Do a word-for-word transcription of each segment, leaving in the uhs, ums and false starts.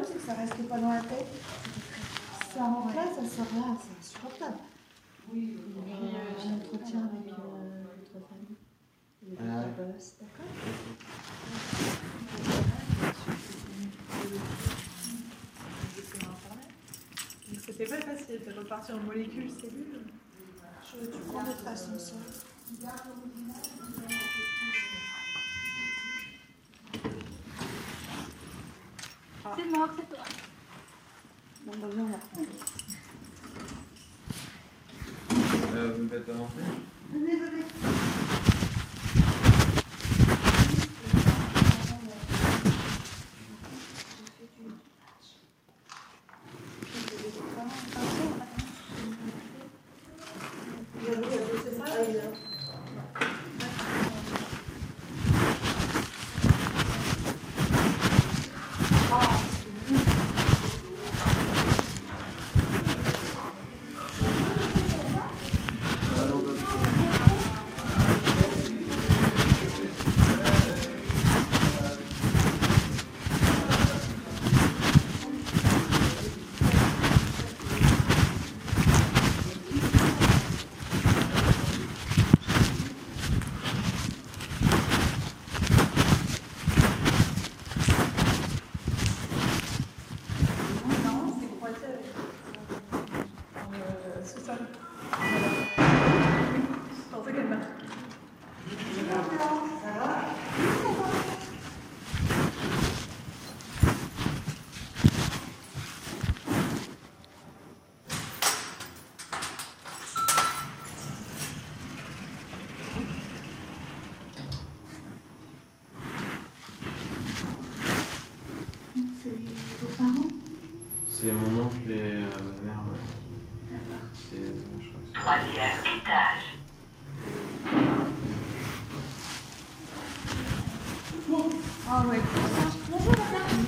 parce que ça reste pas dans la tête. Ça rentre là, ça sort là, c'est insupportable. Oui, j'ai un entretien avec euh, votre famille. Et puis, Ah. bah, c'est d'accord. C'était pas facile de repartir en molécules, cellules. Je tu prends de façon seule. Ah. C'est mort, c'est toi. Bon, bah, viens, on va prendre. Euh, vous me faites avancer? Venez, venez. C'est mon oncle et euh, ma mère, ouais. C'est, euh, je crois que c'est... Troisième étage. Ah ouais. Bonjour, madame.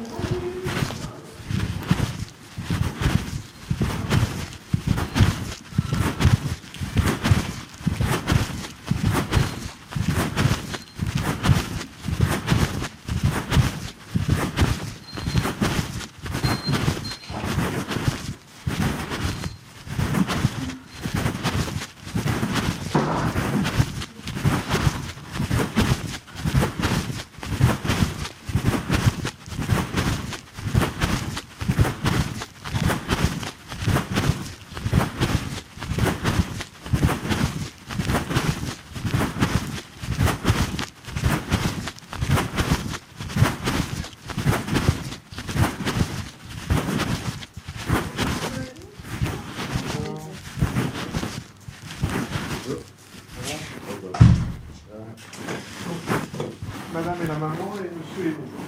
Madame et la maman et monsieur et bonjour.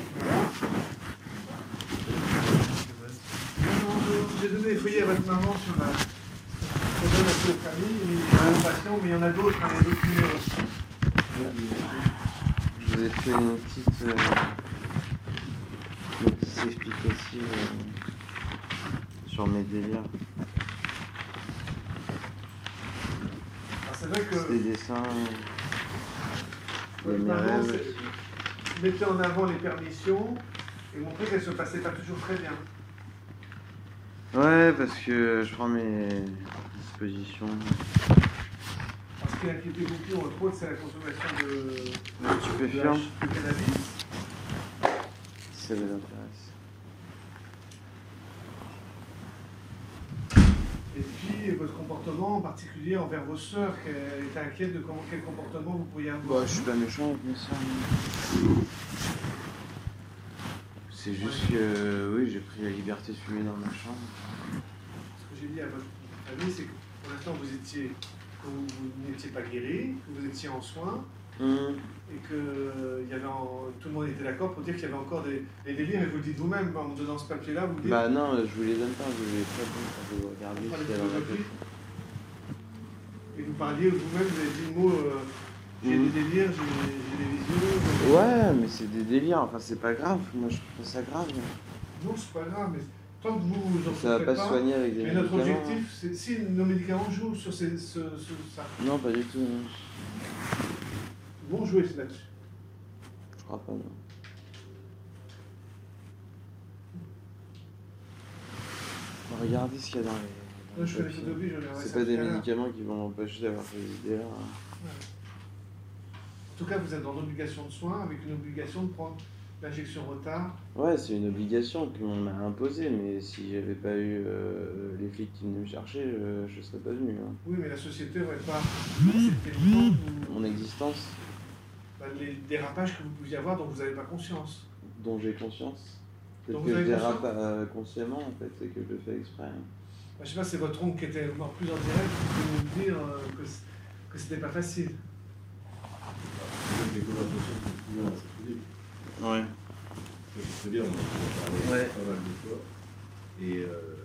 J'ai donné les feuillets à votre maman sur la. Je donne à toute la famille, il y a un patient, mais il y en a d'autres, hein, il y a d'autres numéros. Je vous ai fait une petite euh, notice explicative euh, sur mes délires. Alors, c'est vrai que. C'est des dessins. votre mes maman rêves. c'est- mettait en avant les permissions et montrait qu'elles se passaient pas toujours très bien. Ouais, parce que je prends mes dispositions. Parce qu'il inquiétait beaucoup, entre autres, c'est la consommation de, De de, stupéfiants, de cannabis. si ça vous intéresse. Et puis votre comportement en particulier envers vos sœurs, qu'elle était inquiète de comment, quel comportement vous pourriez avoir. Bah, je suis pas méchant avec mes soeurs. C'est juste que, oui, j'ai pris la liberté de fumer dans ma chambre. Ce que j'ai dit à votre famille, c'est que pour l'instant vous étiez, que vous, vous n'étiez pas guéri, que vous étiez en soins, Mmh. et que euh, il y avait en- tout le monde était d'accord pour dire qu'il y avait encore des, des délires, et vous le dites vous-même en me donnant ce papier-là, vous dites. Bah non, je vous les donne pas, je vous les fais quand vous regardez Enfin, si les elle en a photographies. fait. Et vous parliez vous-même, vous avez dit le mot euh, j'ai Mhm. des délires, j'ai j'ai des visions. Ouais, mais c'est des délires, enfin c'est pas grave, moi je trouve ça grave. Non, c'est pas grave, mais tant que vous vous en Ça va souffrez pas se soigner avec des Mais notre médicaments. objectif, c'est si nos médicaments jouent sur ces, ce, ce- ça. Non, pas du tout, non. Ils vont jouer là-dessus. Je crois pas, non. Regardez ce qu'il y a dans les. Dans Non, les je fais les papiers. photocopies, je verrai C'est ça pas tout des à l'heure. médicaments qui vont m'empêcher d'avoir ces idées-là. Ouais. En tout cas, vous êtes dans l'obligation de soins avec une obligation de prendre l'injection retard. Ouais, c'est une obligation qu'on m'a imposée, mais si j'avais pas eu euh, les flics qui venaient me chercher, je, je serais pas venu. Hein. Oui, mais la société n'aurait pas accepté le temps où- Mon existence, bah, les dérapages que vous pouviez avoir dont vous n'avez pas conscience. dont j'ai conscience. Peut-être Donc que vous je avez dérape conscience euh, consciemment en fait, et que je le fais exprès. Bah, je sais pas, c'est votre oncle qui était encore plus en direct qui peut nous dire euh, que, c- que c'était pas facile. Des conversations qui sont souvent assez publiques. Ouais. Ça, c'est très bien, on en a parlé Ouais. pas mal de fois. Et euh,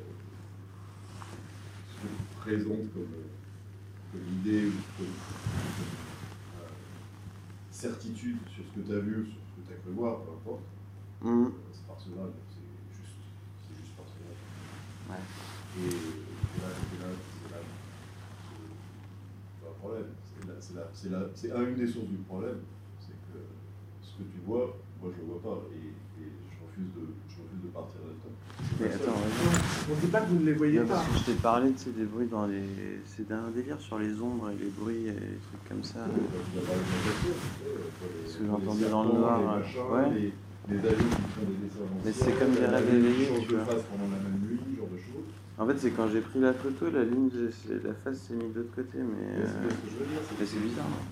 ce que tu présentes comme, comme idée ou comme, comme, euh, certitude sur ce que tu as vu, sur ce que tu as cru voir, peu importe, Mmh. euh, c'est Parsenal, c'est juste, c'est juste Parsenal. Ouais. Et, et là, c'est là, c'est là, c'est pas un problème. C'est là, c'est là, c'est là, c'est un- une des sources du problème, c'est que ce que tu vois, moi je le vois pas, et, et je refuse de, je refuse de partir là-dedans. Mais attends, ouais. On ne dit pas que vous ne les voyez Non, pas. parce que je t'ai parlé de ces des bruits dans les. C'est un délire sur les ombres et les bruits et les trucs comme ça. Quand tu as parlé de la voiture, tu sais, pour les- Ce que pour les j'entendais dans le serpents, noir, les ouais. machins, Ouais. les, les avions qui font des dessins Mais anciens, c'est comme des la rêves lune qui éveillés, change tu de vois. face pendant la même nuit, ce genre de choses. En fait, c'est quand j'ai pris la photo, la ligne, de- c'est- la face s'est mise de l'autre côté, mais. Mais c'est euh, ce que je veux dire, c'est mais c'est bizarre. hein.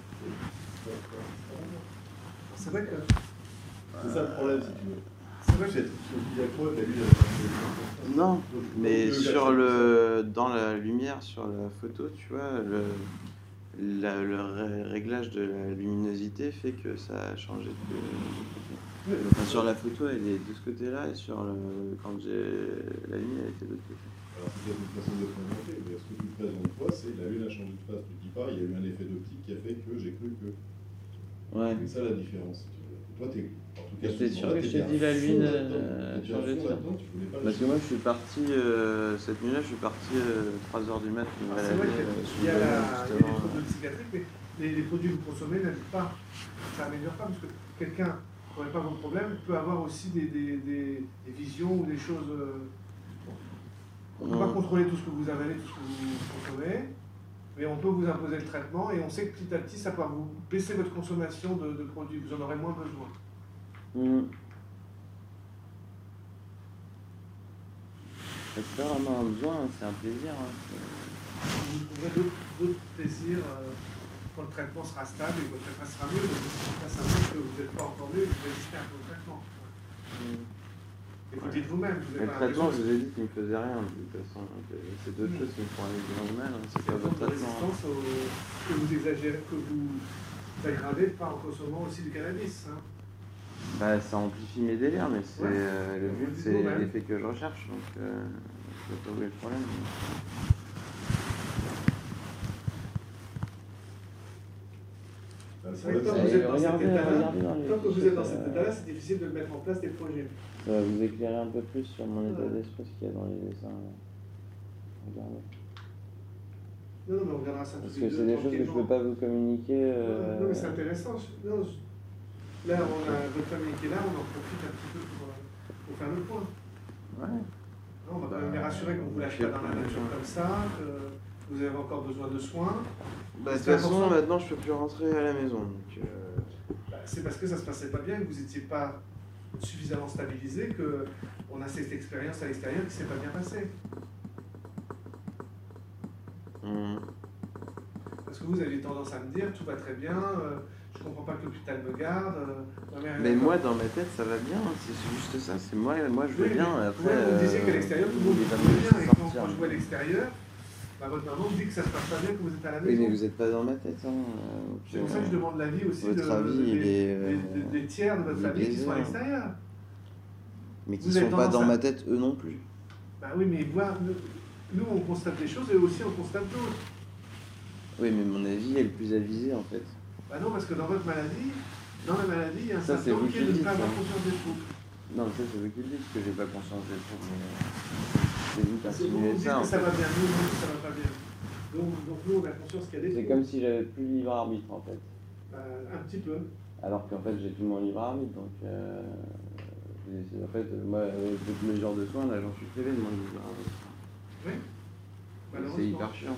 C'est vrai que. C'est ça le problème, si tu veux. C'est vrai C'est que. ce qu'il y a quoi, la lune, elle a fait- Non, Donc, mais donc, sur j'accepte le, dans la lumière, sur la photo, tu vois, le, la- le ré- réglage de la luminosité fait que ça a changé de. ça. Enfin, sur la photo, elle est de ce côté-là, et sur le, quand j'ai la lumière, elle était de l'autre côté. Alors, c'est peut-être une façon de se présenter, mais ce que tu présentes toi, c'est la lune a changé de face. Tu dis pas, il y a eu un effet d'optique qui a fait que j'ai cru que. Ouais. C'est ça la différence. si tu veux. Toi, t'es. En tout cas, T'es ce sûr moment-là, que je t'étais t'ai dit à la fond lune, là-dedans. euh, T'étais à changé de fond ça. là-dedans, tu voulais pas Parce que lâcher. moi, je suis parti, euh, cette nuit-là, je suis parti euh, trois heures du mat, je me Ah, c'est vrai baladais, qu'il euh, sous y a, le la, vent, il y a juste des avant. troubles psychiatriques, mais les, les produits que vous consommez n'aident pas. Ça n'améliore pas, parce que quelqu'un qui n'aurait pas vos problèmes peut avoir aussi des, des, des, des visions ou des choses. euh, bon. On ne peut pas Mhm. contrôler tout ce que vous avalez, tout ce que vous consommez, mais on peut vous imposer le traitement et on sait que petit à petit, ça va vous baisser votre consommation de, de produits, vous en aurez moins besoin. Mhm. C'est pas vraiment un besoin, c'est un plaisir. Hein. Vous trouverez d'autres d'autres plaisirs euh, quand le traitement sera stable et que votre traitement sera mieux, parce que ça, ça montre que vous n'êtes pas encore mieux et que vous résistez un peu au traitement. Mhm. Et vous le dites vous-même, vous Mais n'avez le pas traitement, je l'impression vous ai dit qu'il me faisait rien, de toute façon. donc, euh, C'est d'autres Mhm. choses qui me font énormément de mal, hein, c'est qu'il y pas a votre de traitement. hein. résistance au, que vous exagérez, que vous aggravez par en consommant aussi du cannabis. Hein. Bah, ça amplifie mes délires, mais c'est Ouais. euh, le Vous but, le dites c'est vous-même. l'effet que je recherche, donc euh, je vais pas où est le problème. Bah, le C'est vrai que problème, quand c'est- vous êtes dans cet regardez, état-là, regardez dans les tant que vous fichiers, êtes dans cet euh, état-là, c'est difficile de mettre en place des projets. Ça va vous éclairer un peu plus sur mon état Ouais. d'esprit, ce qu'il y a dans les dessins. là. Regardez. Non, non, mais on regardera ça tous Parce les que deux c'est des choses que je tranquillement. peux pas vous communiquer. euh, Non, mais c'est intéressant. je- non, je- Là, on a votre famille qui est là, on en profite un petit peu pour, euh, pour faire le point. Ouais. Non, on va quand Bah, même les rassurer qu'on ne vous lâche je pas sais dans la pas. nature comme ça, que vous avez encore besoin de soins. Bah, de toute C'est façon, important. maintenant, je peux plus rentrer à la maison. Donc, euh, Bah, c'est parce que ça se passait pas bien, que vous n'étiez pas suffisamment stabilisé, qu'on a cette expérience à l'extérieur qui s'est pas bien passée. hum. Parce que vous aviez tendance à me dire tout va très bien, euh, je comprends pas que l'hôpital me garde. euh, ma mère est Mais d'accord. moi, dans ma tête, ça va bien. hein, C'est juste ça. C'est moi, moi, je veux Oui, bien. mais Après, vous, vous disiez euh, qu'à l'extérieur, tout le monde il va vous me bien, laisser et quand, sortir. quand je vois à l'extérieur, bah, votre maman me dit que ça se passe pas bien, que vous êtes à la Oui, maison. mais vous n'êtes pas dans ma tête. Hein. donc, C'est pour ça que je euh, demande l'avis aussi votre de, avis, de- il des, est, euh, des- des- des tiers de votre il est famille qui sont à biaisé, hein. l'extérieur. Mais qui vous avez sont pas tendance dans à- ma tête, eux non plus. Bah oui, mais voir, nous, nous, on constate des choses et eux aussi on constate d'autres. Oui, mais mon avis est le plus avisé en fait. Bah non, parce que dans votre maladie, dans la maladie, il y a un Ça, c'est symptôme vous qui qui est de le ne dites, pas avoir hein. conscience des troubles. Non, mais ça, c'est vous qui le dites, parce que j'ai pas conscience des trucs. Mais euh, c'est vous qui Parce que vous insinuez vous dites ça. que En ça fait. va bien, nous, on dit que ça va pas bien. Donc, donc nous, on a conscience qu'il y a des C'est troubles. comme si j'avais plus libre arbitre en fait. Bah, un petit peu. Alors qu'en fait, j'ai tout mon libre arbitre. Donc, euh, et c'est- en fait, moi, avec toutes mes genres de soins, là, j'en suis privé de mon libre arbitre. Oui. C'est Malheureusement. hyper chiant.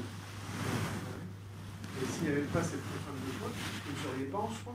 Et s'il n'y avait pas cette contrainte de choix, vous ne seriez pas en choix.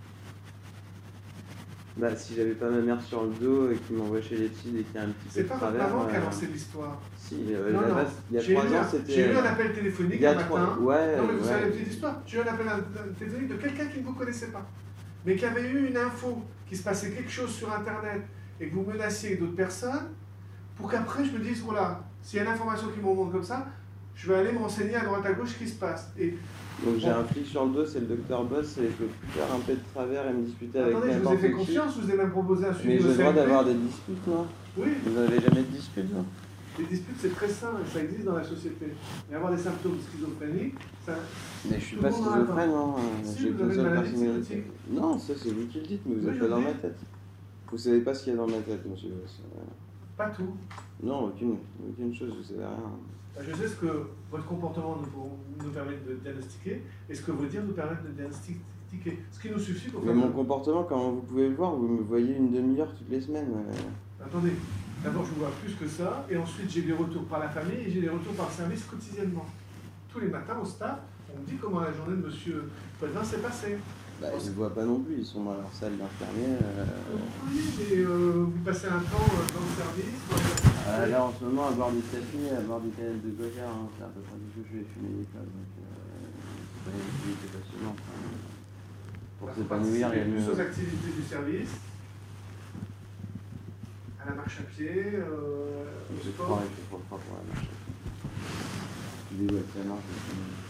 Bah, si j'avais pas ma mère sur le dos et qui m'envoie chez les petits et qu'il y a un petit peu C'est de pas votre travers. maman qui a euh, lancé l'histoire. Si, euh, Non, la non. base, il y a J'ai trois eu, ans, un- c'était. j'ai eu un euh, appel téléphonique il y a un trois- matin. ouais, non, mais vous ouais. savez la petite histoire. J'ai eu un appel un- téléphonique de quelqu'un qui ne vous connaissait pas, mais qui avait eu une info, qu'il se passait quelque chose sur Internet et que vous menaciez d'autres personnes, pour qu'après je me dise, voilà, s'il y a une information qui me remonte comme ça, je vais aller me renseigner à droite à gauche ce qui se passe. Et Donc j'ai bon. un flic sur le dos, c'est le docteur Boss, et je peux plus faire un peu de travers et me disputer avec Attendez, je vous ai n'importe fait qui. confiance, je vous ai même proposé un suivi Mais j'ai au le droit C M P. d'avoir des disputes, moi. Oui, Vous n'avez jamais de disputes, moi. les disputes c'est très sain et ça existe dans la société. Mais avoir des symptômes schizophréniques, ça. Mais je suis Tout pas le monde en a schizophrène, non. Si, J'ai vous qu'une avez une seule maladie personnalité. psychotique. Non, ça c'est vous qui le dites, mais vous Oui, êtes je pas le dans dis. ma tête. Vous savez pas ce qu'il y a dans ma tête, monsieur Boss. Pas tout. Non, aucune, aucune chose, vous savez rien. Je sais ce que votre comportement nous, nous permet de diagnostiquer et ce que vos dires nous permettent de diagnostiquer. Ce qui nous suffit pour Mais faire. mon comportement, comment vous pouvez le voir, vous me voyez une demi-heure toutes les semaines. euh. Attendez, d'abord je vous vois plus que ça et ensuite j'ai des retours par la famille et j'ai des retours par le service quotidiennement. Tous les matins au staff, on me dit comment la journée de monsieur Potvin s'est passée. Bah, ils ne voient pas non plus, ils sont dans leur salle d'infirmier. Euh... Oui, mais euh, vous passez un temps euh, dans le service. Dans le... Ah, là en ce moment, à boire des cafés, à boire des canettes de coca, hein, c'est à peu près tout ce que je vais fumer des clopes. Donc, euh, c'est pas une activité passionnante. Hein. Pour Bah, s'épanouir, il y a plus aux mieux. activités du service, à la marche à pied, euh, au Je sport. crois, je crois pas pour la marche. Il est où avec la marche je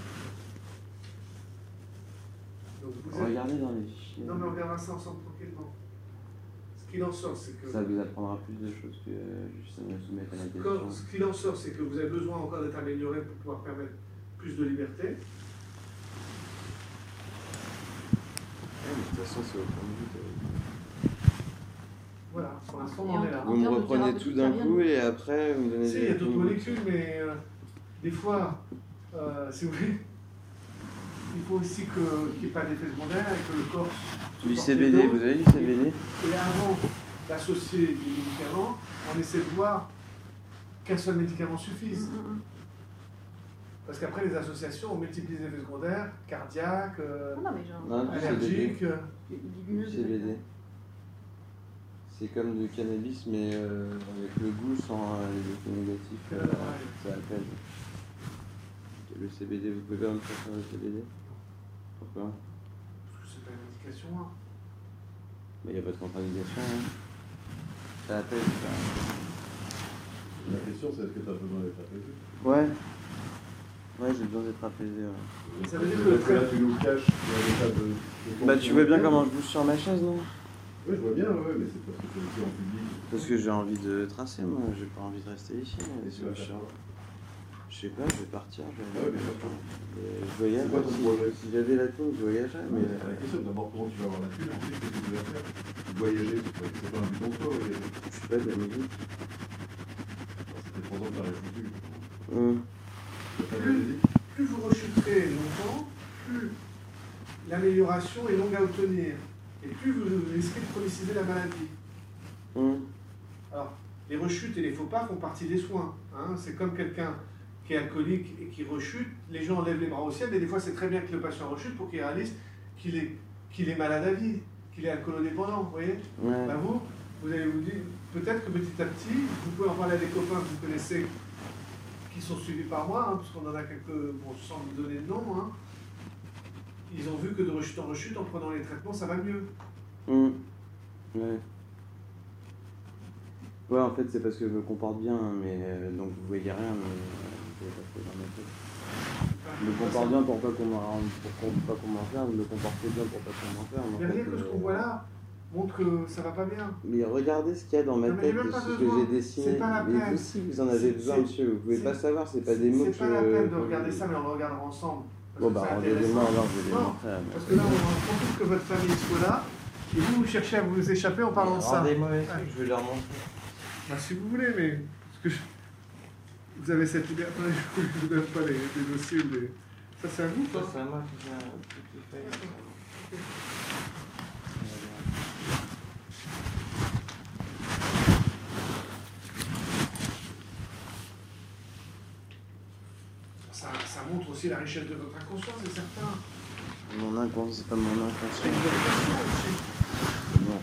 Donc, vous êtes- Regardez dans les fichiers. Non mais on regardera ça ensemble tranquillement. Ce qu'il en sort, c'est que... Ça vous apprendra plus de choses que juste me soumettre à la question. Quand- ce qu'il en sort, c'est que vous avez besoin encore d'être amélioré pour pouvoir permettre plus de liberté. Ouais, mais de toute façon, c'est au point de vue. de- Voilà, pour l'instant, Et on en en- est là. Vous me termes de reprenez thérapie, tout ça d'un vient coup de- et après vous me donnez Si, il y a d'autres des- molécules, mais euh, des fois, euh, si vous voulez, il faut aussi que- qu'il n'y ait pas d'effet secondaire et que le corps... se Du porte C B D, bien. vous avez du C B D? Et avant d'associer des médicaments, on essaie de voir qu'un seul médicament suffise. Parce qu'après, les associations, on multiplie les effets secondaires, cardiaques, euh, Non, mais genre. Non, du C B D. allergiques. euh, Du C B D. C'est comme du cannabis, mais euh, avec le goût sans euh, les effets négatifs. euh, Ouais. ça apaise. Le C B D, vous pouvez pas me faire le C B D? Pourquoi? Parce que c'est pas une médication. Hein. Il n'y a pas de contre-indication. Hein. Ça apaise. Ça. La question, c'est est-ce que tu as besoin d'être apaisé? Ouais. Ouais, j'ai besoin d'être apaisé. Ouais. Ça veut dire Parce que- là, tu nous caches dans l'état de, de Bah, tu vois bien tension. comment je bouge sur ma chaise, non? Oui, je vois bien, ouais, mais c'est parce que tu es aussi en public. Parce que j'ai envie de tracer, moi. J'ai pas envie de rester ici. Et tu vas je, faire quoi? je sais pas, je vais partir. Je, vais... Ouais, mais d'accord. Euh, je voyage. C'est quoi ton Si- projet? Si j'avais la thune, je voyagerais. Mais Mais la question, d'abord, comment tu vas avoir la thune, ensuite, qu'est-ce que tu vas faire? Voyager, c'est pas, c'est pas un but en soi, voyager. je suis pas de la musique. Ça fait trois ans que tu arrêtes le truc. Hum. Tu fais de la musique? Plus vous rechuterez longtemps, plus l'amélioration est longue à obtenir. Et plus vous risquez de chroniciser la maladie. Hum. Alors, les rechutes et les faux pas font partie des soins. Hein. C'est comme quelqu'un qui est alcoolique et qui rechute, les gens lèvent les bras au ciel, mais des fois c'est très bien que le patient rechute pour qu'il réalise qu'il est, qu'il est malade à vie, qu'il est alcoolodépendant, vous voyez. Ouais. Ben vous, vous allez vous dire, peut-être que petit à petit, vous pouvez en parler à des copains que vous connaissez qui sont suivis par moi, hein, parce qu'on en a quelques, bon, sans vous donner de nom, hein. Ils ont vu que de rechute en rechute, en prenant les traitements, ça va mieux. Hum. Ouais. Ouais, en fait, c'est parce que je me comporte bien, hein, mais euh, donc vous voyez rien, mais euh, vous pouvez pas trouver dans ma tête. Je me comporte bien pour pas qu'on m'en rende, pour qu'on- pas qu'on m'en faire, me comporter bien pour pas qu'on m'en faire. mais en Mais rien fait, que ce euh, qu'on voit là montre que ça va pas bien. Mais regardez ce qu'il y a dans ma Non, mais tête, j'ai même de pas ce que besoin. j'ai dessiné. C'est pas la Mais peine. vous aussi, vous en avez C'est- besoin, c'est- monsieur. Vous pouvez c'est- pas savoir, c'est pas des mots que C'est pas la peine de je- regarder ça, mais on le regardera ensemble. Parce Bon, que bah, c'est regardez-moi, intéressant. alors je vais les Non, montrer. à ma- Parce que là, on profite que votre famille soit là, et vous, vous cherchez à vous échapper en parlant de ça. Regardez-moi, Ouais. je vais leur montrer. Bah, si vous voulez, mais parce que je- vous avez cette idée. Attendez, je ne vous donne pas les, les dossiers ou les. Ça, c'est à vous, Ça, ça c'est à moi qui viens toutes les feuilles. ça montre aussi la richesse de votre inconscient, c'est certain. Mon inconscient, c'est pas mon C'est inconscient. une éducation aussi. Non.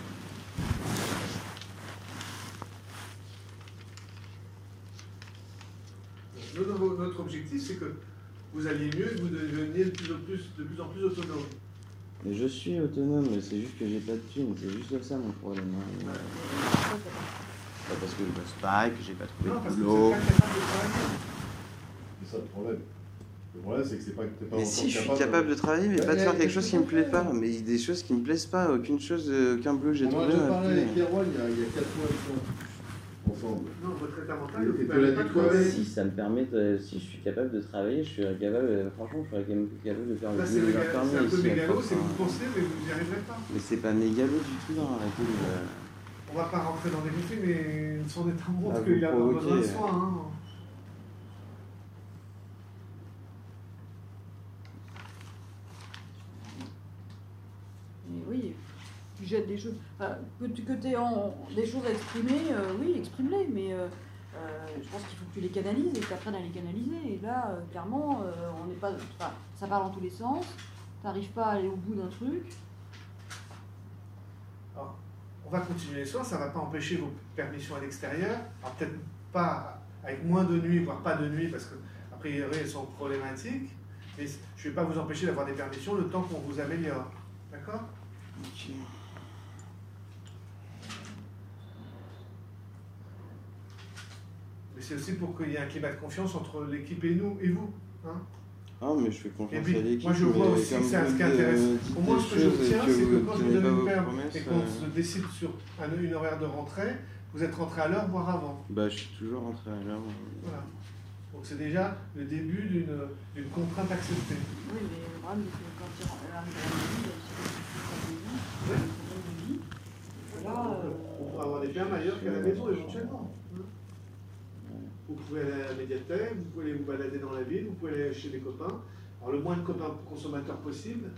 Notre, notre objectif, c'est que vous alliez mieux et que vous deveniez de plus en plus, de plus, en plus autonome. Mais je suis autonome, c'est juste que j'ai pas de thunes, c'est juste ça mon problème. Hein. Pas parce que je bosse pas, et que j'ai pas trouvé Non, parce de que boulot. vous n'êtes pas capable de travailler. C'est ça le problème. Le problème, c'est que c'est pas que t'es pas Mais encore si, je suis capable capable de travailler, mais Ouais, pas de mais faire quelque qu'est-ce chose que qui me t'en plaît fais pas. Mais des choses qui me plaisent pas, aucune chose, euh, aucun boulot que j'ai On en a trouvé. déjà m'a parlé plu. avec Erwan il y a, il y a quatre mois, je pense, ensemble. Non, votre état mental, Et- vous et ne tu l'as pas dit de toi, travailler. Si ça me permet, de- si je suis capable de travailler, je suis capable, euh, franchement, je serais quand même capable de faire le Là, c'est boulot que j'ai méga- permis c'est un peu ici à mégalo, force, c'est que hein. vous pensez, mais vous n'y arriverez pas. Mais c'est pas mégalo du tout dans la vie. euh. On va pas rentrer dans des conflits, mais son état montre Ah, vous qu'il a pas besoin de provoquez. soins. Hein. Mais oui, tu jettes des choses. Enfin, que tu que aies en- des choses à exprimer, euh, oui, exprime-les, mais euh, euh, je pense qu'il faut que tu les canalises et que tu apprennes à les canaliser. Et là, euh, clairement, euh, on n'est pas. Enfin, ça part dans tous les sens, tu n'arrives pas à aller au bout d'un truc. Alors, on va continuer les soins, ça ne va pas empêcher vos permissions à l'extérieur. Alors peut-être pas avec moins de nuit, voire pas de nuit, parce que a priori elles sont problématiques. Mais je ne vais pas vous empêcher d'avoir des permissions le temps qu'on vous améliore. D'accord ? Ok. Mais c'est aussi pour qu'il y ait un climat de confiance entre l'équipe et nous, et vous. Hein ? Ah, mais je fais Et confiance puis, à l'équipe. moi je vois mais aussi comme que c'est vous ce qui me intéresse. dites Au moins, des ce que choses j'obtiens, et c'est que quand je vous tenez donne pas une vos perme promesses, et qu'on euh, se décide sur un- une horaire de rentrée, vous êtes rentré à l'heure, voire avant. Bah, je suis toujours rentré à l'heure. Voilà. Donc c'est déjà le début d'une d'une contrainte acceptée. Oui, mais le problème, c'est que quand tu arrives à la vie, il y a aussi des Ouais. problèmes de vie. Et là, Donc, euh, on pourra avoir des permes ailleurs qu'à la maison éventuellement. hein. Vous pouvez aller à la médiathèque, vous pouvez aller vous balader dans la ville, vous pouvez aller chez des copains. Alors le moins de copains consommateurs possible.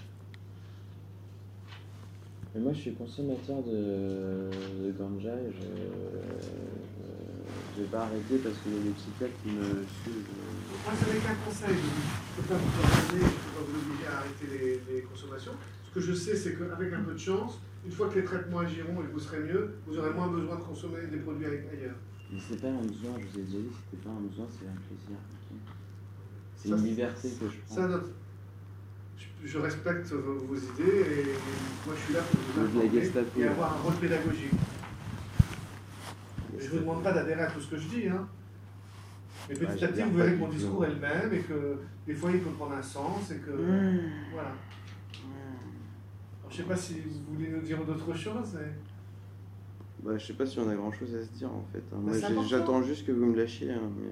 Mais moi, je suis consommateur de, de ganja et je, je, je vais pas arrêter parce qu'il y a des psychiatres qui me suivent. Moi, ce n'est qu'un conseil. Je ne peux pas vous ordonner, je ne peux pas vous obliger à arrêter les, les consommations. Ce que je sais, c'est qu'avec un peu de chance, une fois que les traitements agiront et que vous serez mieux, vous aurez moins besoin de consommer des produits ailleurs. Mais c'est pas un besoin, je vous ai déjà dit, c'était pas un besoin, c'est un plaisir. ok. C'est Ça, une c'est- liberté que je prends. Ça, notre- je, je respecte vos, vos idées et, et moi je suis là pour vous De la informer Gestapo. et avoir un rôle pédagogique. Mais je ne vous demande pas d'adhérer à tout ce que je dis. Hein. Mais petit Ouais, à petit, j'adhère vous pas verrez du que mon tout. discours est le même et que des fois il peut prendre un sens et que. Mmh. Voilà. Alors, je ne sais pas si vous voulez nous dire d'autres choses. mais- Bah, je sais pas si on a grand chose à se dire en fait. hein. Moi, c'est j'ai- important. j'attends juste que vous me lâchiez. hein, mais...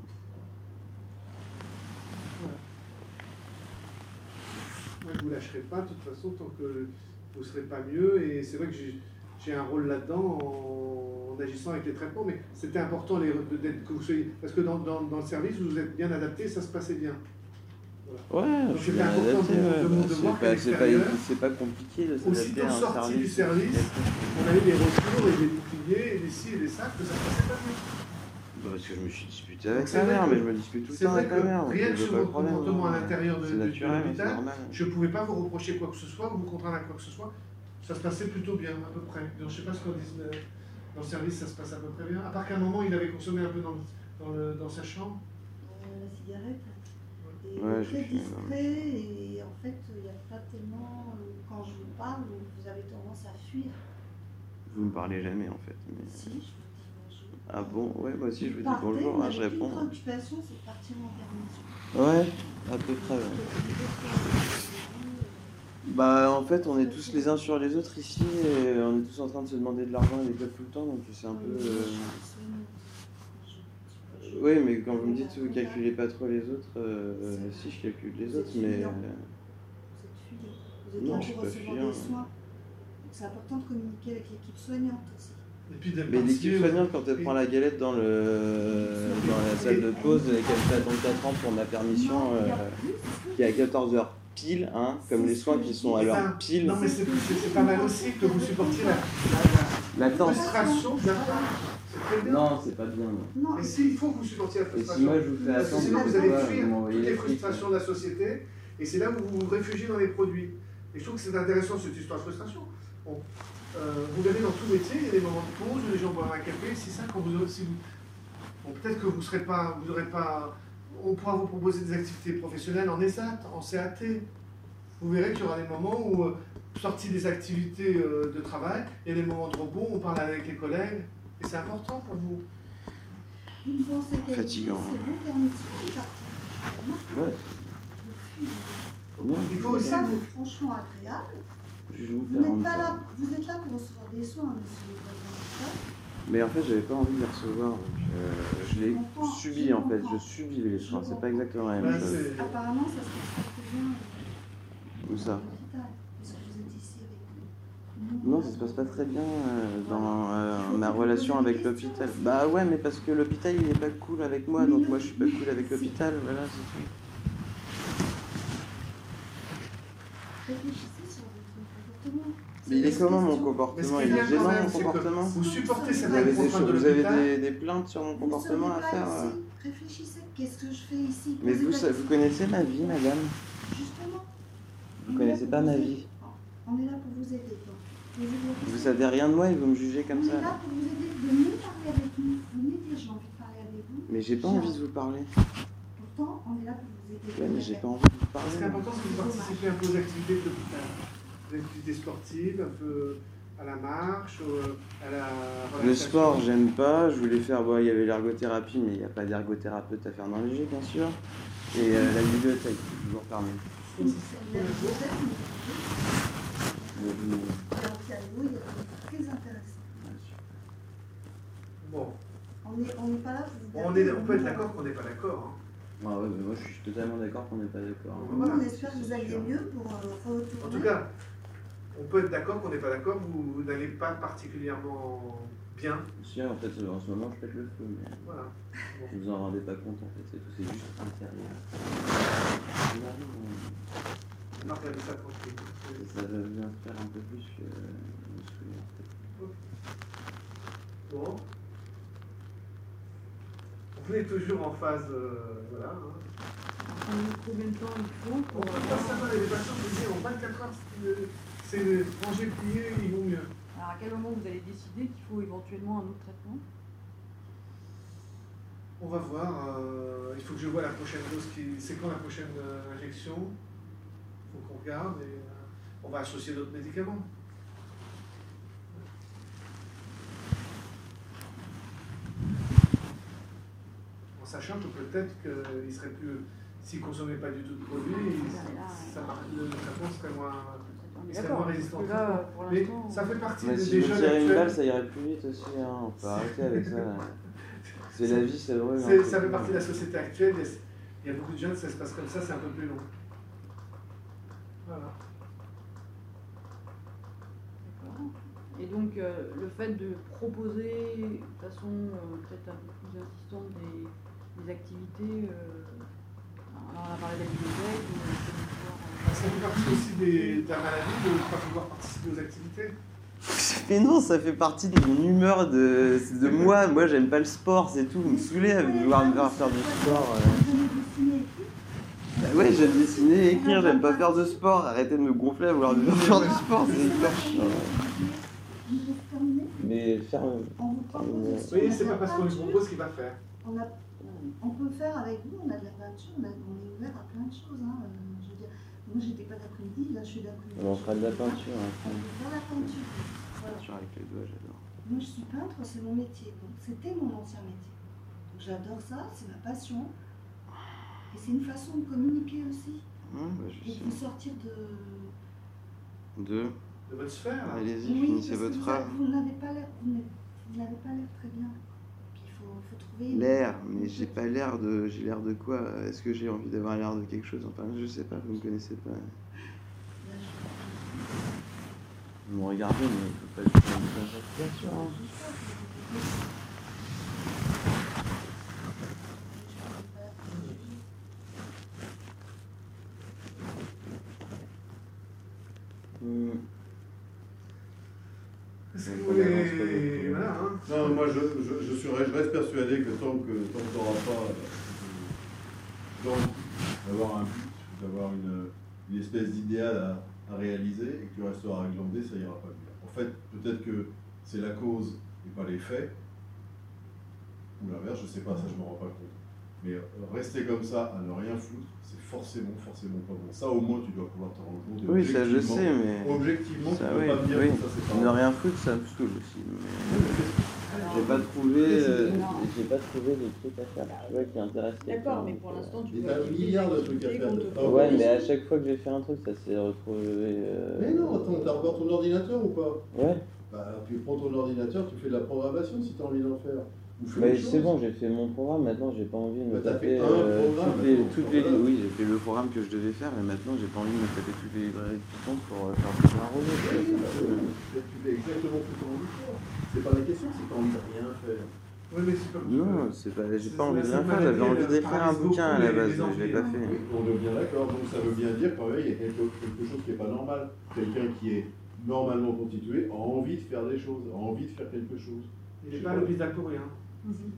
Moi, je ne vous lâcherai pas, de toute façon, tant que vous ne serez pas mieux. Et c'est vrai que j'ai- j'ai un rôle là-dedans en, en agissant avec les traitements, mais c'était important les, de- d'être- que vous soyez. Parce que dans, dans, dans le service, vous vous êtes bien adapté, ça se passait bien. Ouais, Donc, je suis c'était bien important adapté. de- ouais, de- bah, de c'est voir pas, qu'à c'est pas, l'extérieur, c'est pas compliqué de s'adapter aussitôt à un sorti service. du service, on a eu des retours et des boucliers, et des ci et des ça, que ça se passait pas bien. Bah, parce que je me suis disputé avec Donc, c'est ma vrai mère, que- mais je me dispute tout le C'est temps vrai avec que ma mère. donc rien je que vois sur pas le votre problème, comportement à hein. l'intérieur de, C'est de- de naturel, c'est l'hôpital, normal. je ne pouvais pas vous reprocher quoi que ce soit, ou vous contraindre à quoi que ce soit. Ça se passait plutôt bien, à peu près. Donc, je ne sais pas ce qu'on dit euh, dans le service, ça se passe à peu près bien. À part qu'à un moment, il avait consommé un peu dans, dans, le, dans sa chambre. Euh, la cigarette. Et Ouais, très j'ai fait, discret et en fait il n'y a pas tellement, euh, quand je vous parle, vous avez tendance à fuir. Vous me parlez jamais en fait. mais- Si, je vous dis bonjour. Ah bon? Ouais, moi aussi je vous dis Partez, bonjour, vous hein, je n'avez qu'une réponds. préoccupation, c'est de partir en permission. Ouais, à peu près. Ouais. Bah en fait on est tous les uns sur les autres ici et on est tous en train de se demander de l'argent et des clubs tout le temps donc c'est un peu... euh, Oui mais quand vous me dites vous calculez pas trop les autres, euh, si je calcule les autres mais... Vous êtes fuyant. Vous êtes Non, là je suis pour pas recevoir fuyant. des soins. Donc c'est important de communiquer avec l'équipe soignante aussi. Et puis de Mais l'équipe participer- soignante quand elle prend la galette dans, le... dans la salle de pause et qu'elle fait attendre quatre ans pour ma permission euh, qui est à quatorze heures pile, hein, comme les soins qui sont à Enfin, l'heure pile. Non, mais c'est c'est- c'est pas mal aussi que vous supportiez la, la, la, L'attente. Frustration, j'attends. C'est très bien. Non, c'est pas bien. Non. Non, Et si, il faut que vous supportiez la Et frustration. si moi je vous fais Parce que attendre, sinon, vous pourquoi allez vous fuir m'envoyez toutes les les frites? frustrations de la société, et c'est là où vous vous réfugiez dans les produits. Et je trouve que c'est intéressant cette histoire de frustration. Bon, euh, vous verrez dans tout métier, il y a des moments de pause où les gens boivent un café, c'est ça quand vous aurez. Si vous, bon, peut-être que vous serez pas, vous aurez pas. On pourra vous proposer des activités professionnelles en E S A T, en C A T. Vous verrez qu'il y aura des moments où, euh, sortis des activités euh, de travail, il y a des moments de repos, on parle avec les collègues, et c'est important pour vous. Vous pensez qu'elle Fatigant. c'est bon permission de partir. Ouais. Bien. Il faut aussi C'est vous. franchement agréable. Je vais vous Vous faire n'êtes un pas peu. là, vous êtes là pour recevoir des soins, monsieur le président. Mais en fait, j'avais pas envie de les recevoir, donc euh, je l'ai subi en fait. Je subis les soins, c'est pas exactement la même Là, chose. c'est- Apparemment, ça se passe très bien. euh, Où ça? à l'hôpital, parce que vous êtes ici avec nous. Non, ça se passe pas très bien euh, dans euh, ma relation avec l'hôpital. Bah ouais, mais parce que l'hôpital il est pas cool avec moi, donc moi je suis pas cool avec l'hôpital, voilà, c'est tout. Réfléchissez sur votre comportement. Mais il est comment mon Mais ce comportement? qui Il est est bien gênant quand même, mon c'est que comportement? vous supportez Vous certaines avez, des, contraintes de choses- vous avez l'hôpital. des, des plaintes sur mon Vous comportement seriez à pas faire? ici. euh Réfléchissez, qu'est-ce que je fais ici? Mais Posez vous, la ça- vous question. connaissez ma vie, madame? Justement. Vous On est connaissez là pas pour ma vous vie. aider. On est là pour vous aider. donc. Posez vos Vous questions. savez rien de moi et vous me jugez On comme est ça. là pour vous aider. Venez parler avec nous. Venez dire j'ai envie de parler avec vous. Mais j'ai pas envie de vous parler. Pourtant, on est là pour vous aider. Ouais, mais j'ai pas envie de vous Ce qui est parler. important, c'est que vous participez un peu aux activités de l'hôpital. Des activités sportives, un peu à la marche, au- à la Le relaxation. sport, j'aime pas. Je voulais faire, bon, il y avait l'ergothérapie, mais il n'y a pas d'ergothérapeute à faire dans les G, bien sûr. Et euh, la bibliothèque, c'est toujours fermé. C'est une bibliothèque, Le- le- mais alors qu'il y a des mots, il y a des trucs très intéressants. Bon, On n'est on n'est pas là pour vous on, est, on peut être d'accord qu'on n'est pas d'accord. hein. Ah ouais, mais moi je suis totalement d'accord qu'on n'est pas d'accord. Nous, on espère que vous alliez mieux pour euh, retourner. En tout cas, on peut être d'accord qu'on n'est pas d'accord, vous, vous n'allez pas particulièrement bien. Si, en fait, en ce moment, je pète le feu, mais Voilà. Bon. vous en rendez pas compte, en fait, c'est tout, c'est juste intérieur. Non, regardez ça tranquille. Ça vient faire un peu plus que le souvenir, en fait. Bon. Vous êtes toujours en phase. euh, voilà. hein. Combien de temps il faut On pour peut pas savoir, les patients, je dis, en vingt-quatre heures, c'est- c'est le manger plié, ils vont mieux. Alors à quel moment vous allez décider qu'il faut éventuellement un autre traitement? On va voir. euh, il faut que je vois la prochaine dose. Qui, c'est quand la prochaine euh, injection? Il faut qu'on regarde et euh, on va associer d'autres médicaments. En sachant que peut-être qu'il serait plus. S'il ne consommait pas du tout de produit, il- ça, mar- le traitement serait moins. On est Il serait d'accord, moins parce résistant. que là, pour Mais l'instant, ça fait partie Mais des, si des je jeunes tirais une actuels. balle, ça irait plus vite aussi, hein. On peut arrêter avec ça. là. C'est la vie, c'est vrai. C'est- ça fait partie de la société actuelle. Il y a- il y a beaucoup de jeunes, ça se passe comme ça, c'est un peu plus long. Voilà. D'accord. Et donc, euh, le fait de proposer de façon euh, peut-être un peu plus insistante des, des activités, euh, alors on a parlé de la bibliothèque, ou, euh, Ça fait partie aussi des, de la maladie de ne pas pouvoir participer aux activités. Mais non, ça fait partie de mon humeur, de, de moi. Moi, j'aime pas le sport, c'est tout. Vous me saoulez à vouloir me faire faire du sport. euh. Bah ouais, j'aime dessiner, écrire, j'aime pas faire de sport. Arrêtez de me gonfler à vouloir me faire faire du sport, c'est hyper chiant. Mais faire. On vous propose Oui, aussi, Oui, on a c'est de pas la parce qu'on lui peinture. propose qu'il va faire. On, a, on peut faire avec vous, on a de la peinture, on, a- on est ouvert à plein de choses. Hein. euh, Je veux dire, moi j'étais pas d'après-midi, là je suis d'après-midi. On fera de la peinture. On Hein. peut faire la peinture. Voilà. Peinture avec les doigts, j'adore. Moi je suis peintre, c'est mon métier. Donc c'était mon ancien métier. Donc j'adore ça, c'est ma passion. Et c'est une façon de communiquer aussi. Hum, bah, je Et de vous sais. sortir de. Deux. De votre sphère. là. Allez-y, Oui, finissez parce que votre vous phrase. a- Vous n'avez pas l'air. Vous n'avez vous n'avez pas l'air très bien. Puis il faut, faut trouver. L'air, mais j'ai pas l'air de. J'ai l'air de quoi? Est-ce que j'ai envie d'avoir l'air de quelque chose? Enfin, je sais pas, vous me connaissez pas. Là, je- Vous me regardez, mais il faut pas que je fasse une situation. Hein. C'est Donc, on avance pas Et beaucoup. voilà, hein. Non, moi je, je, je, suis, je reste persuadé que tant que tant que tu n'auras pas euh, donc, d'avoir un but, d'avoir une, une espèce d'idéal à, à réaliser et que tu resteras glandé, ça ira pas bien. En fait, peut-être que c'est la cause et pas l'effet, ou l'inverse, je sais pas, ça je me rends pas compte. Mais euh, rester comme ça, à ne rien foutre, c'est forcément, forcément pas bon. Ça au moins tu dois pouvoir te rendre compte. Oui, ça je sais, mais. Objectivement, Ça, tu peux oui, pas me dire oui. que ça c'est pas Ne bon. rien foutre, ça me saoule aussi. Mais... Alors, J'ai pas trouvé, euh, Non. j'ai pas trouvé des trucs à faire, tu vois, qui intéressent les D'accord, gens, mais donc, pour euh, l'instant, tu Mais vois t'as un toutes les milliard de trucs à activités faire, qu'on te t'as pas propose. Ouais, mais à chaque fois que j'ai fait un truc, ça s'est retrouvé. Euh... Mais non, attends, t'as encore ton ordinateur ou pas? Ouais, Bah, alors tu prends ton ordinateur, tu fais de la programmation si tu as envie d'en faire. Ou fais mais autre c'est chose. bon, j'ai fait mon programme, maintenant j'ai pas envie de me Bah, t'as taper fait un euh, programme, toutes les, maintenant, toutes les voilà. lignes. Oui, j'ai fait le programme que je devais faire, mais maintenant j'ai pas envie de me taper toutes les librairies de Python pour euh, faire tout un rouleau. Oui, bah, oui, tu fais exactement ce que tu as envie de faire. C'est pas la question, c'est que tu as envie de rien faire. Oui, mais c'est comme Non, c'est pas, j'ai C'est- pas envie de c'est rien une faire, j'avais maladie, envie elle d'écrire un paralyse bouquin à beaucoup la les- base, les je l'ai envies, pas hein. fait. Oui, on est bien d'accord, donc ça veut bien dire quand même, il y a quelque, quelque chose qui n'est pas normal. Quelqu'un qui est normalement constitué a envie de faire des choses, a envie de faire quelque chose. Il n'est pas à l'hôpital pour rien. Mhm.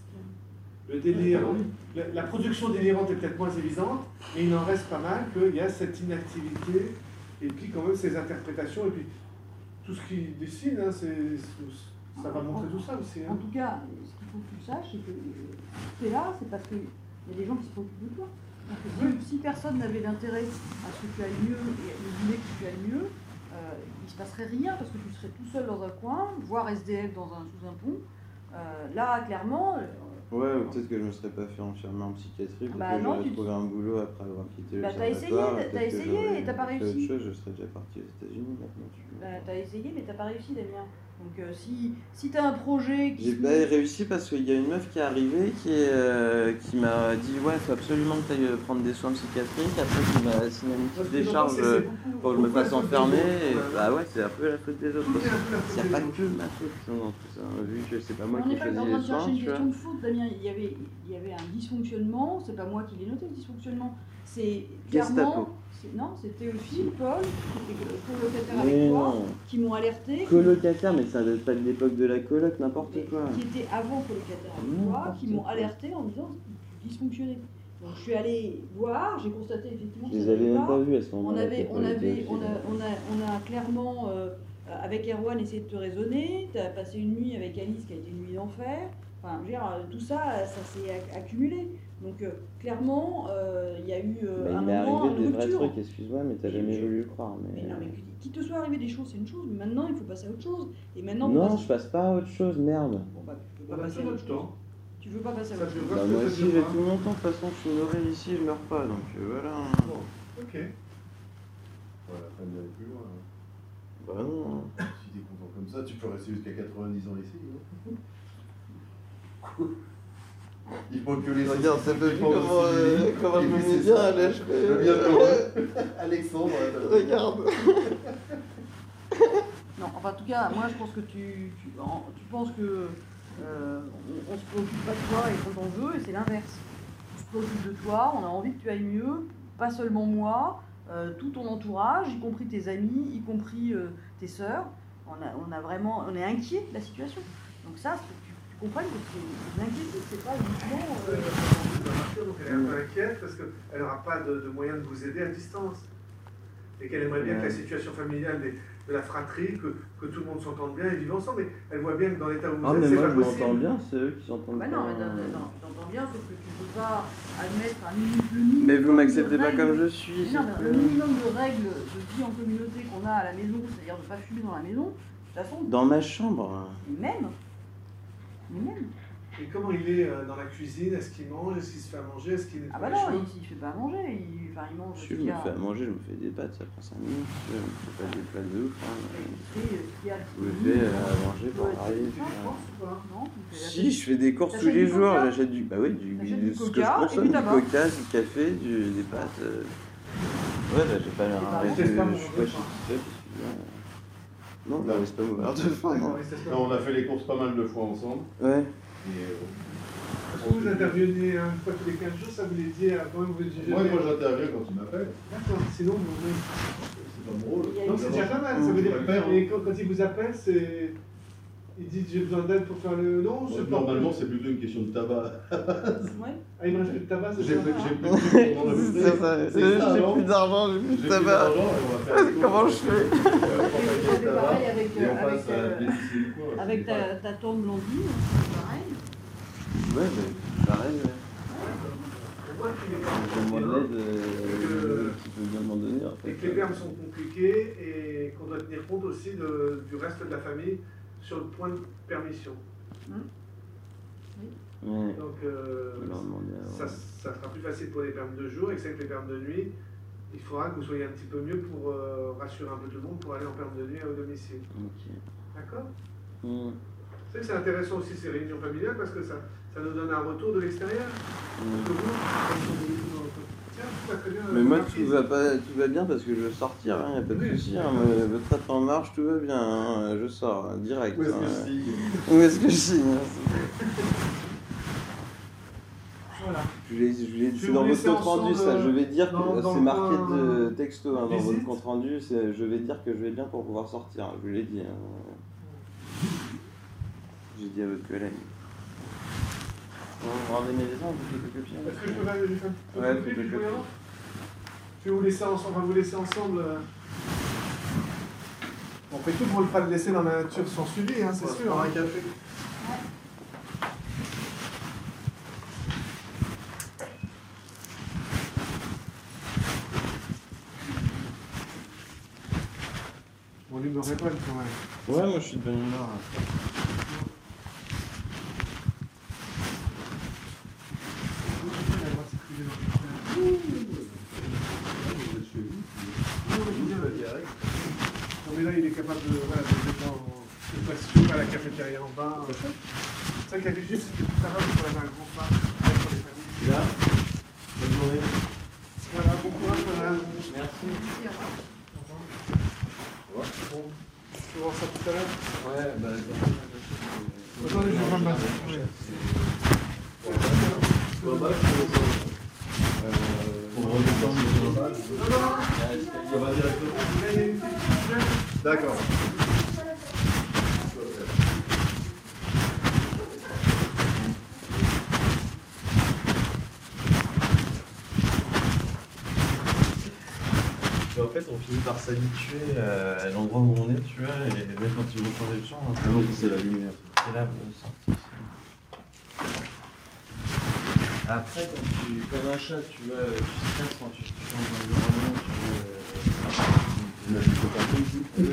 Le délire, la, la production délirante est peut-être moins évidente, mais il en reste pas mal qu'il y a cette inactivité, et puis quand même ces interprétations, et puis tout ce qui dessine, hein, c'est, c'est- ça va montrer tout ça aussi. En Hein. tout cas, ce qu'il faut que tu saches, c'est que tu es là, c'est parce qu'il y a des gens qui se préoccupent de toi. Donc, si, si personne n'avait d'intérêt à ce que tu ailles mieux et ne voulait que tu ailles mieux, euh, il ne se passerait rien parce que tu serais tout seul dans un coin, voire S D F dans un, sous un pont. Euh, là, clairement, euh, Ouais, ou peut-être que je me serais pas fait enfermer en psychiatrie, peut-être Bah que non, j'aurais tu- trouvé un boulot après avoir quitté Bah, t'as essayé, l'observatoire, t'as- et t'as peut-être que essayé j'aurais et t'as pas fait réussi. autre chose, je serais déjà parti aux États-Unis maintenant. Tu vois. bah, tu as essayé, mais tu n'as pas réussi, Damien. Donc, euh, si, si tu as un projet qui J'ai se pas met- réussi parce qu'il y a une meuf qui est arrivée qui, est, euh, qui m'a dit ouais, faut absolument que tu ailles prendre des soins psychiatriques. Après, qui m'a signé une Parce petite que je décharge pense que c'est euh, beaucoup- pour que je me beaucoup la fasse faute des enfermer. autres, Et, quand même. bah ouais, c'est un peu la faute des autres. Tout Parce est un peu la qu'il faute n'y a des pas autres. que ma faute dans tout ça. Vu que c'est pas moi on qui n'est pas en choisis train les de chercher soins, une tu vois. question de faute, Damien. Il y avait, il y avait un dysfonctionnement. C'est pas moi qui l'ai noté, le dysfonctionnement. C'est Gestapo. clairement. c'est- Non, c'est Théophile, Paul, qui était colocataire avec Mais toi, non. qui m'ont alerté. qui- Colocataire, mais ça date pas de l'époque de la coloc, n'importe mais quoi. qui étaient avant colocataire avec Non, toi, n'importe qui m'ont quoi. alerté en disant que tu dysfonctionnais. Donc je suis allée voir, j'ai constaté effectivement Je que les ça avais n'allait même pas. pas vus à ce On moment-là. avait, quand on, j'étais avait, on, aussi, a, là. on, a, on a clairement, euh, avec Erwan, essayé de te raisonner. Tu as passé une nuit avec Alice qui a été une nuit d'enfer. Enfin, je veux dire, tout ça, ça s'est acc- accumulé. Donc, euh, clairement, euh, il y a eu euh, Bah, un il m'est moment, arrivé une des vrais rupture. trucs, excuse-moi, mais t'as Mais jamais je- voulu le croire. Mais, Mais non, mais qu'il te soit arrivé des choses, c'est une chose. Mais maintenant, il faut passer à autre chose. Et maintenant, on non, passe- je passe pas à autre chose, merde. Bon, bah, tu veux Ça pas va passer à tout autre notre chose. temps. Tu veux pas passer à Ça autre chose. dure- Bah, que moi ça aussi, dure j'ai pas. tout mon temps. De toute façon, je suis honoré ici, je meurs pas. Donc euh, voilà. Bon, ok. Voilà, peine d'aller plus loin. hein. Bah non. Si t'es content comme ça, tu peux rester jusqu'à quatre-vingt-dix ans ici. hein. Il faut que les Regarde, ça peut sociétés plus comment, pensent euh, aussi. comment je Et me puis mets c'est bien ça. à l'âge. Je viens de le- Alexandre, attends. Regarde. Non, enfin, en tout cas, moi, je pense que tu, tu, en- tu penses que euh, on, on se préoccupe pas de toi et qu'on t'en veut, et c'est l'inverse. On se préoccupe de toi, on a envie que tu ailles mieux, pas seulement moi, euh, tout ton entourage, y compris tes amis, y compris euh, tes sœurs. On a, on a vraiment, on est inquiet de la situation. Donc ça, c'est- tu, tu comprends que c'est c'est une inquiétude, c'est pas uniquement. euh, Donc elle est un peu inquiète parce qu'elle n'aura pas de, de moyen de vous aider à distance. Et qu'elle aimerait bien que la situation familiale des- de la fratrie, que, que tout le monde s'entende bien et vive ensemble. Mais elle voit bien que dans l'état où vous Ah, êtes, mais c'est moi pas je possible. m'entends bien, c'est eux qui s'entendent Bah pas. non, mais non, non, tu t'entends bien, sauf que tu ne peux pas admettre un minimum. Mais vous m'acceptez pas règles- comme je suis. Mais c'est non, mais tout. le minimum de règles de vie en communauté qu'on a à la maison, c'est-à-dire de ne pas fumer dans la maison, de toute façon, Dans ma chambre. et même, mais même. Et comment il est euh, dans la cuisine? Est-ce qu'il mange? Est-ce qu'il se fait à manger? Est-ce qu'il nettoie Ah bah les non, choses il, il fait pas à manger, il, enfin, il mange. Si ce je qu'il y me a. fais à manger, je me fais des pâtes, ça prend cinq minutes. Je me fais pas des plats de ouf. Hein. Il fait euh, ce qu'il y a Je me fais euh, à manger pour Ouais, varier. Tu penses ou pas? Non, il fait la Si, je fais des courses tous T'achètes les du jours. coca J'achète du. Bah oui, du, T'achètes du- du ce que coca je et consomme, du du tabac. coca, du café, du, des pâtes. euh. Ouais, bah j'ai pas l'air pas arrêté. bon. C'est pas Je bon, suis pas c'est pas satisfait. parce que là, Non, bah c'est pas mourir de faim. D'accord, Non. mais c'est ça. Non, on a fait les courses pas mal de fois ensemble. Ouais. Et, euh, parce Vous intervenez une fois tous les quinze jours, ça vous les dit à quand même vous dirigez. Moi, moi j'interviens quand ils m'appellent. D'accord, sinon vous. C'est pas mon rôle. Non, c'est déjà pas mal, ça veut dire. Faire, Et quand, quand ils vous appellent, c'est. Ils disent j'ai besoin d'aide pour faire le. Non, ouais, c'est normalement, c'est plutôt une question de tabac. Ouais. Ah, il me reste plus de tabac, c'est J'ai ça. plus j'ai plus de temps. C'est ça, C'est j'ai ça, j'ai non plus d'argent, j'ai plus J'ai de plus tabac. d'argent et on va faire le tour. Comment je fais? On va Et faire c'est le tabac, pareil avec, et on euh, avec, passe à euh, décider le coin. Avec C'est ta, pas- ta tante Blondie, c'est pareil. Ouais, mais pareil, ouais. Pourquoi qu'il est J'ai moins pas d'aide euh, qui peut bien m'en donner en Et fait. que les termes sont compliqués et qu'on doit tenir compte aussi de, du reste de la famille sur le point de permission. Ouais. Donc euh, Je vais leur demander ça, avant. ça sera plus facile pour les permis de jour et que c'est avec les permis de nuit, il faudra que vous soyez un petit peu mieux pour euh, rassurer un peu tout le monde pour aller en permis de nuit au domicile. Ok. D'accord Hmm. Vous savez que c'est intéressant aussi ces réunions familiales parce que ça, ça nous donne un retour de l'extérieur. Hmm. Parce que vous, comme vous dites dans votre- tiens, tout va très bien. Mais moi Marquise. tout va pas, tout va bien parce que je veux sortir, hein, y a pas de Oui. souci. Hein, me- votre traite en marche, tout va bien, hein, je sors hein, direct. Où est-ce hein. que je signe Où est-ce que je signe hein, Voilà. Je l'ai, je l'ai- Je c'est vais dans vous votre laisser compte rendu ensemble, ça. Je vais dire dans- que dans c'est le marqué coin, de texto hein, dans visite. votre compte rendu. C'est, je vais dire que je vais bien pour pouvoir sortir. Je vous l'ai dit. Hein. J'ai dit à votre collègue. Bon, vous rendez mes dessins, vous faites quelques Est-ce que je peux aller lui faire une Ouais, photocopie, fais puis je quelque vous y avance Je vais vous laisser ensemble, on va vous laisser ensemble. euh. On fait tout pour ne pas le laisser dans la nature sans suivi, hein, c'est On va sûr. prendre hein. un café. Bon, lui me répond quand même. Ouais, moi je suis de bonne humeur. hein. Non mais là il est capable de, voilà, de mettre en de passer à la cafétéria en bas. C'est vrai qu'il y avait juste tout à l'heure, il avait un grand pas pour les familles. Là, bonne journée. Voilà, bon courage madame. Merci. Bon, tu vas voir ça tout à l'heure. Ouais, bah. Attendez, je vais prendre ma Ça va directement. D'accord. En fait, on finit par s'habituer à l'endroit où on est, tu vois, et même quand ils vont changer de chambre, Ah non, c'est la lumière. c'est là pour sortir. Après, quand tu, comme un chat, tu vois, tu stresses quand tu, tu changes d'environnement, tu vois. Il a dit que partout ici. Euh,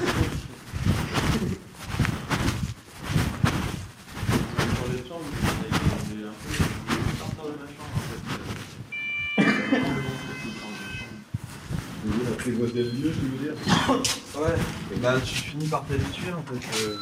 changer de chambre, j'ai un peu sortir de ma chambre en fait. Après, voix des lieux, tu veux dire? Ouais, bah tu finis par t'habituer en fait. Euh...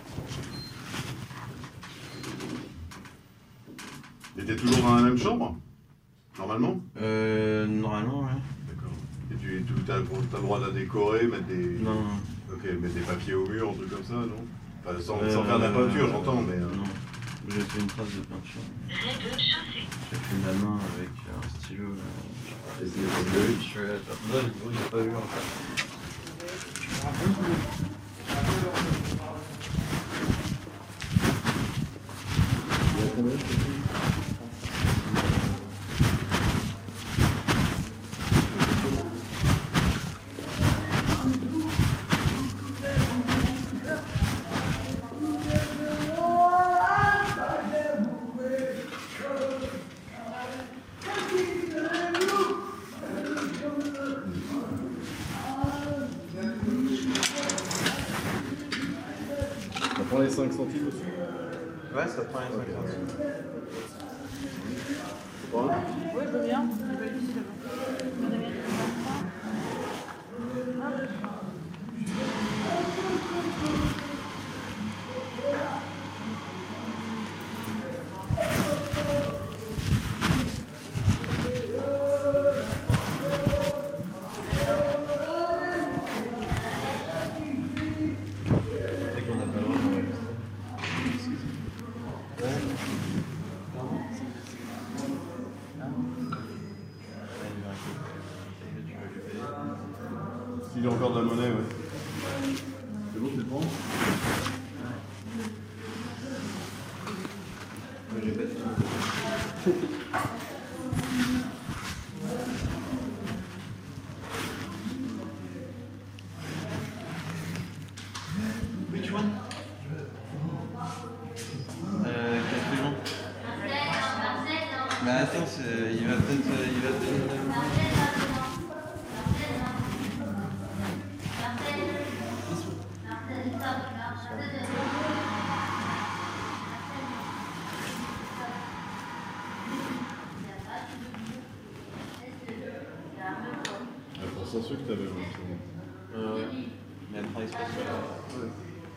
Et t'es toujours dans la même chambre? Normalement? Euh, normalement, ouais. D'accord. Et tu tu- t'as t'as le droit de la décorer, mettre des. Non. Ok, mettre des papiers au mur, un truc comme ça, non? Enfin, sans, Euh, sans faire de la peinture, j'entends, mais. euh, Non, j'ai fait une trace de peinture. J'ai fait ma main avec un stylo. Euh, et c'est des papiers. je suis là, là, le bruit, j'ai pas vu en fait. Ça prend les cinq centimes aussi? Ouais, ça prend les cinq centimes. Oui, je veux bien. Je vais ici d'abord. C'est qu'on n'a pas le droit d'enregistrer. Ouais. monnaie, ouais. C'est bon, tu le prends? Ouais, j'ai pas de temps. Which one? Euh, Castellon. Mais attends, c'est- il va peut-être... Il va peut-être... Pour ça, ceux que t'avais, ouais, c'est bon. Euh, ouais. Mais elle travaille pas sur la... Ouais.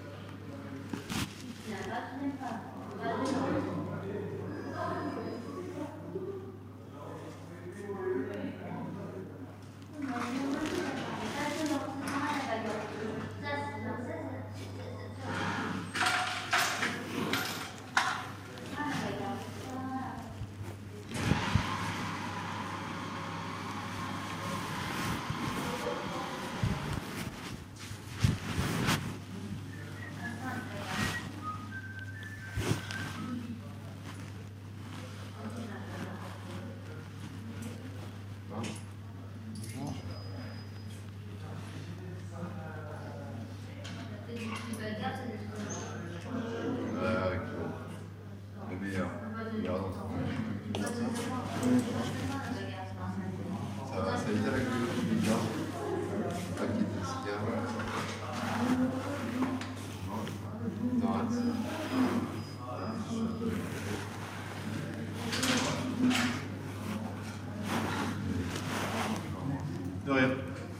De rien.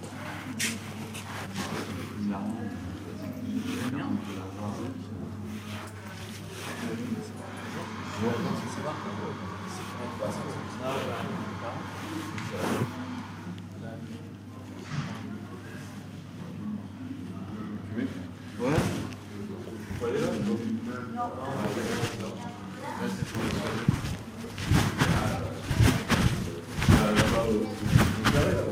Ouais. Faut aller là, non? Ah, là-bas, euh, c'est carré, là, ouais.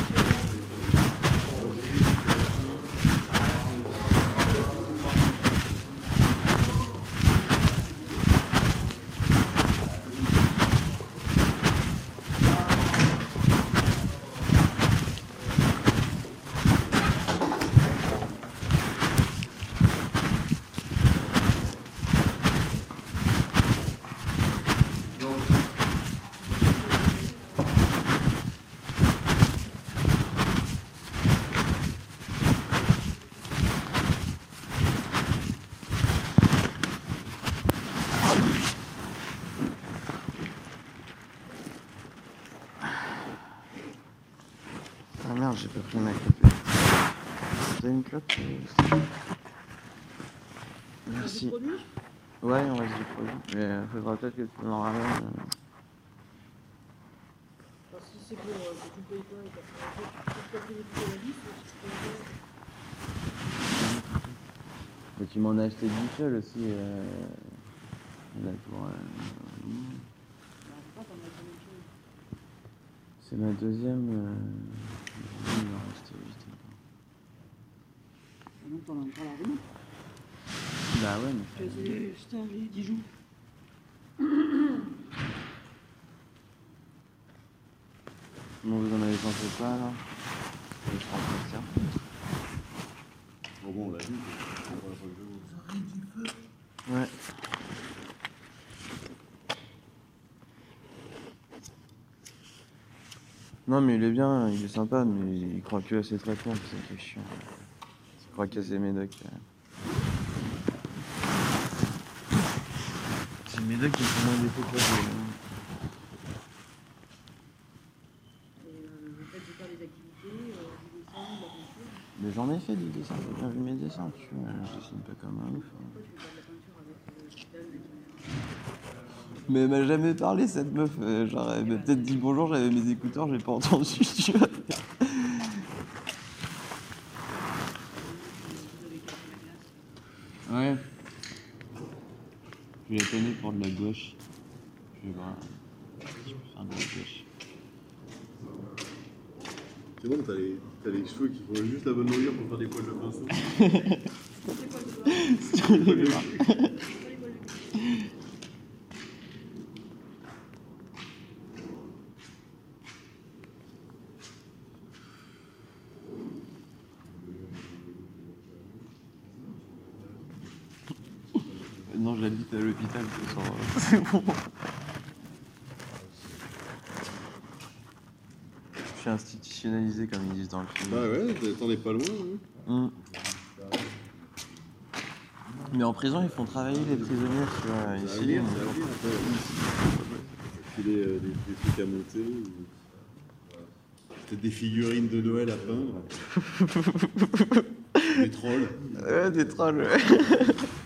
Ah merde, j'ai pas pris ma clope. T'as une clope? euh, Merci. Ouais, on reste du produit. Mais euh, faudra peut-être que tu m'en ramènes. euh. Enfin, si c'est pour euh, que tu ne payes pas et qu'après tu peux payer toute la liste, tu peux Mais tu m'en as acheté d'une seule aussi. Euh... Là, pour, euh... C'est ma deuxième. Euh... Il m'en restait huit. Donc t'en as encore la rue. Bah ouais, mais. Tu as essayé Star et Dijon. Bon, vous en avez pensé quoi alors? Je prends ça. Bon, bon, on l'a vu, c'est la première fois que je vois. Ouais. Non mais il est bien, il est sympa, mais il croit que à ses traitements, c'est ça qui est chiant. Il croit qu'à ses médocs. C'est les médocs qui font moins d'effet que la gueule. Et euh, le fait de faire des activités, euh, du dessin, de la peinture. Mais j'en ai fait du dessin, j'ai bien vu mes dessins, tu vois, je dessine pas comme un ouf. Pourquoi tu fais pas de la peinture avec euh, cette dame là qui Mais elle m'a jamais parlé cette meuf, euh, genre elle m'a peut-être dit bonjour, j'avais mes écouteurs, j'ai pas entendu, tu vois. Ouais. Je vais la tenir pour de la gauche. Je vais voir si je peux faire de la gauche. C'est bon, t'as les, t'as les cheveux qui font juste la bonne longueur pour faire des poils de pinceau. Sur les bras. Non, j'habite à l'hôpital, c'est bon. Je suis institutionnalisé, comme ils disent dans le film. Bah ouais, t'en es pas loin. Hein. Mm. Mais en prison, ils font travailler les prisonniers, tu vois. Ça Ici, va venir, on- ça va venir, après. Filer euh, des, des trucs à monter. Ou... peut-être des figurines de Noël à peindre. Des trolls. Ouais, des trolls, ouais.